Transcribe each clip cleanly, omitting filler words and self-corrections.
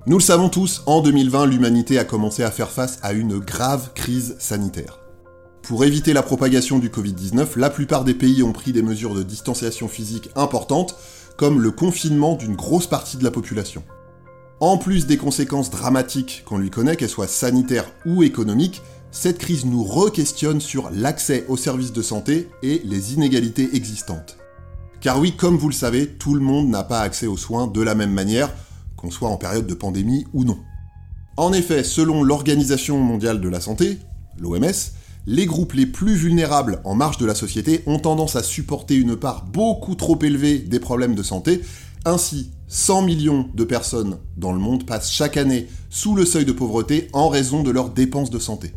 Nous le savons tous, en 2020, l'humanité a commencé à faire face à une grave crise sanitaire. Pour éviter la propagation du Covid-19, la plupart des pays ont pris des mesures de distanciation physique importantes, comme le confinement d'une grosse partie de la population. En plus des conséquences dramatiques qu'on lui connaît, qu'elles soient sanitaires ou économiques, cette crise nous re-questionne sur l'accès aux services de santé et les inégalités existantes. Car oui, comme vous le savez, tout le monde n'a pas accès aux soins de la même manière, qu'on soit en période de pandémie ou non. En effet, selon l'Organisation mondiale de la santé, l'OMS, les groupes les plus vulnérables en marge de la société ont tendance à supporter une part beaucoup trop élevée des problèmes de santé. Ainsi, 100 millions de personnes dans le monde passent chaque année sous le seuil de pauvreté en raison de leurs dépenses de santé.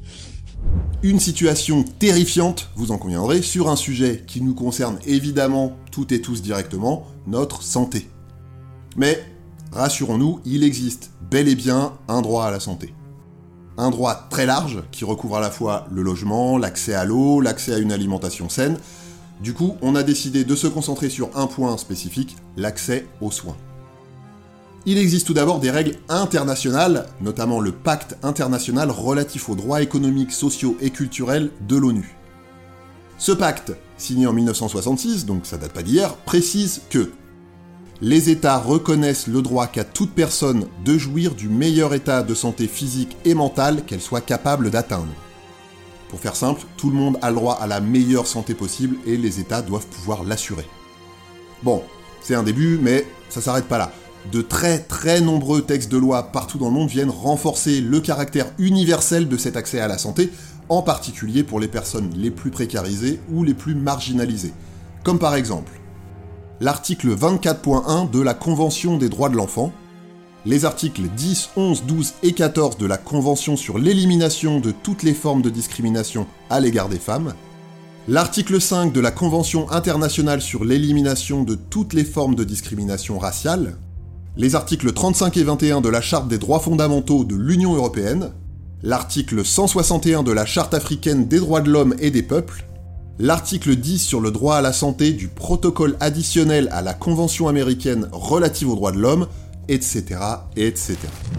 Une situation terrifiante, vous en conviendrez, sur un sujet qui nous concerne évidemment toutes et tous directement, notre santé. Mais, rassurons-nous, il existe bel et bien un droit à la santé. Un droit très large qui recouvre à la fois le logement, l'accès à l'eau, l'accès à une alimentation saine. Du coup, on a décidé de se concentrer sur un point spécifique, l'accès aux soins. Il existe tout d'abord des règles internationales, notamment le Pacte international relatif aux droits économiques, sociaux et culturels de l'ONU. Ce pacte, signé en 1966, donc ça date pas d'hier, précise que les États reconnaissent le droit qu'a toute personne de jouir du meilleur état de santé physique et mentale qu'elle soit capable d'atteindre. Pour faire simple, tout le monde a le droit à la meilleure santé possible et les États doivent pouvoir l'assurer. Bon, c'est un début, mais ça s'arrête pas là. De très nombreux textes de loi partout dans le monde viennent renforcer le caractère universel de cet accès à la santé, en particulier pour les personnes les plus précarisées ou les plus marginalisées. Comme par exemple, l'article 24.1 de la Convention des droits de l'enfant, les articles 10, 11, 12 et 14 de la Convention sur l'élimination de toutes les formes de discrimination à l'égard des femmes, l'article 5 de la Convention internationale sur l'élimination de toutes les formes de discrimination raciale, les articles 35 et 21 de la Charte des droits fondamentaux de l'Union européenne, l'article 161 de la Charte africaine des droits de l'homme et des peuples, l'article 10 sur le droit à la santé du protocole additionnel à la Convention américaine relative aux droits de l'homme, etc., etc.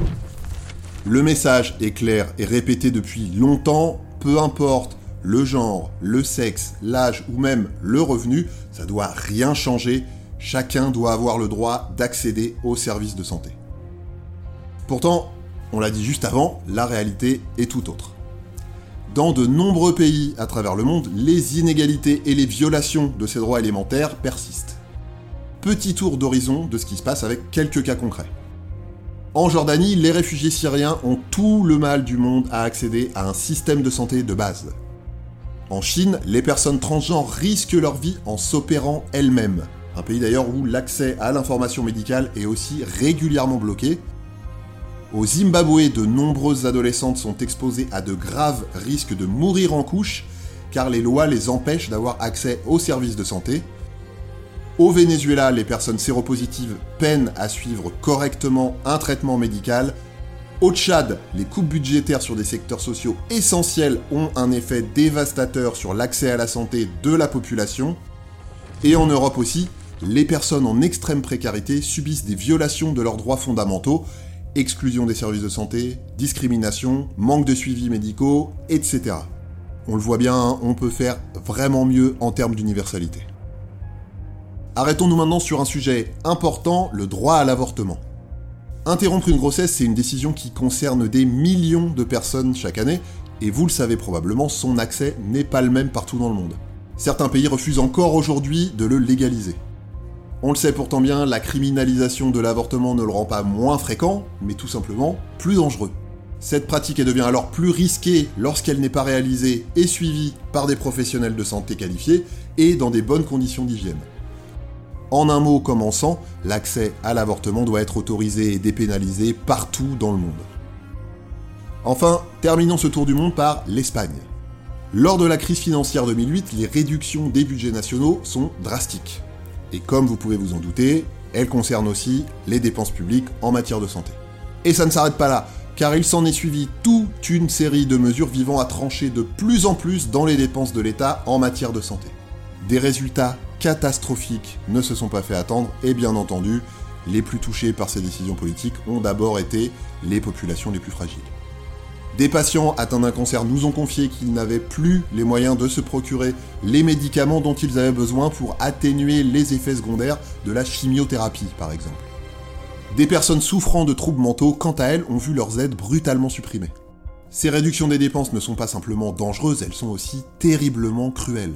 Le message est clair et répété depuis longtemps, peu importe le genre, le sexe, l'âge ou même le revenu, ça doit rien changer, chacun doit avoir le droit d'accéder aux services de santé. Pourtant, on l'a dit juste avant, la réalité est tout autre. Dans de nombreux pays à travers le monde, les inégalités et les violations de ces droits élémentaires persistent. Petit tour d'horizon de ce qui se passe avec quelques cas concrets. En Jordanie, les réfugiés syriens ont tout le mal du monde à accéder à un système de santé de base. En Chine, les personnes transgenres risquent leur vie en s'opérant elles-mêmes. Un pays d'ailleurs où l'accès à l'information médicale est aussi régulièrement bloqué. Au Zimbabwe, de nombreuses adolescentes sont exposées à de graves risques de mourir en couche, car les lois les empêchent d'avoir accès aux services de santé. Au Venezuela, les personnes séropositives peinent à suivre correctement un traitement médical. Au Tchad, les coupes budgétaires sur des secteurs sociaux essentiels ont un effet dévastateur sur l'accès à la santé de la population. Et en Europe aussi, les personnes en extrême précarité subissent des violations de leurs droits fondamentaux, exclusion des services de santé, discrimination, manque de suivi médicaux, etc. On le voit bien, on peut faire vraiment mieux en termes d'universalité. Arrêtons-nous maintenant sur un sujet important, le droit à l'avortement. Interrompre une grossesse, c'est une décision qui concerne des millions de personnes chaque année, et vous le savez probablement, son accès n'est pas le même partout dans le monde. Certains pays refusent encore aujourd'hui de le légaliser. On le sait pourtant bien, la criminalisation de l'avortement ne le rend pas moins fréquent, mais tout simplement plus dangereux. Cette pratique devient alors plus risquée lorsqu'elle n'est pas réalisée et suivie par des professionnels de santé qualifiés et dans des bonnes conditions d'hygiène. En un mot commençant, l'accès à l'avortement doit être autorisé et dépénalisé partout dans le monde. Enfin, terminons ce tour du monde par l'Espagne. Lors de la crise financière 2008, les réductions des budgets nationaux sont drastiques. Et comme vous pouvez vous en douter, elles concernent aussi les dépenses publiques en matière de santé. Et ça ne s'arrête pas là, car il s'en est suivi toute une série de mesures visant à trancher de plus en plus dans les dépenses de l'État en matière de santé. Des résultats catastrophiques ne se sont pas fait attendre, et bien entendu, les plus touchés par ces décisions politiques ont d'abord été les populations les plus fragiles. Des patients atteints d'un cancer nous ont confié qu'ils n'avaient plus les moyens de se procurer les médicaments dont ils avaient besoin pour atténuer les effets secondaires de la chimiothérapie, par exemple. Des personnes souffrant de troubles mentaux, quant à elles, ont vu leurs aides brutalement supprimées. Ces réductions des dépenses ne sont pas simplement dangereuses, elles sont aussi terriblement cruelles.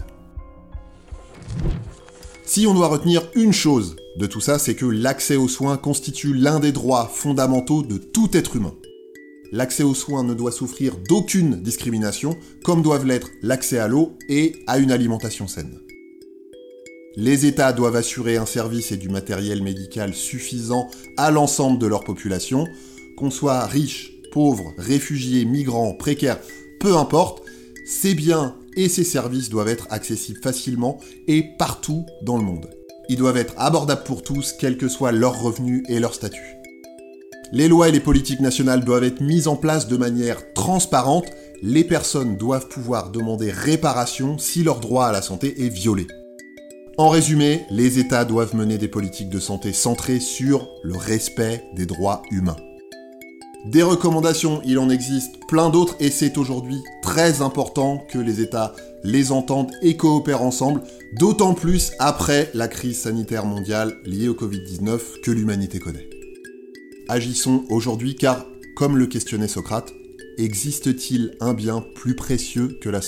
Si on doit retenir une chose de tout ça, c'est que l'accès aux soins constitue l'un des droits fondamentaux de tout être humain. L'accès aux soins ne doit souffrir d'aucune discrimination, comme doivent l'être l'accès à l'eau et à une alimentation saine. Les États doivent assurer un service et du matériel médical suffisant à l'ensemble de leur population, qu'on soit riche, pauvre, réfugié, migrant, précaire, peu importe, ces biens et ces services doivent être accessibles facilement et partout dans le monde. Ils doivent être abordables pour tous, quels que soient leurs revenus et leur statut. Les lois et les politiques nationales doivent être mises en place de manière transparente. Les personnes doivent pouvoir demander réparation si leur droit à la santé est violé. En résumé, les États doivent mener des politiques de santé centrées sur le respect des droits humains. Des recommandations, il en existe plein d'autres et c'est aujourd'hui très important que les États les entendent et coopèrent ensemble, d'autant plus après la crise sanitaire mondiale liée au Covid-19 que l'humanité connaît. Agissons aujourd'hui car, comme le questionnait Socrate, existe-t-il un bien plus précieux que la santé ?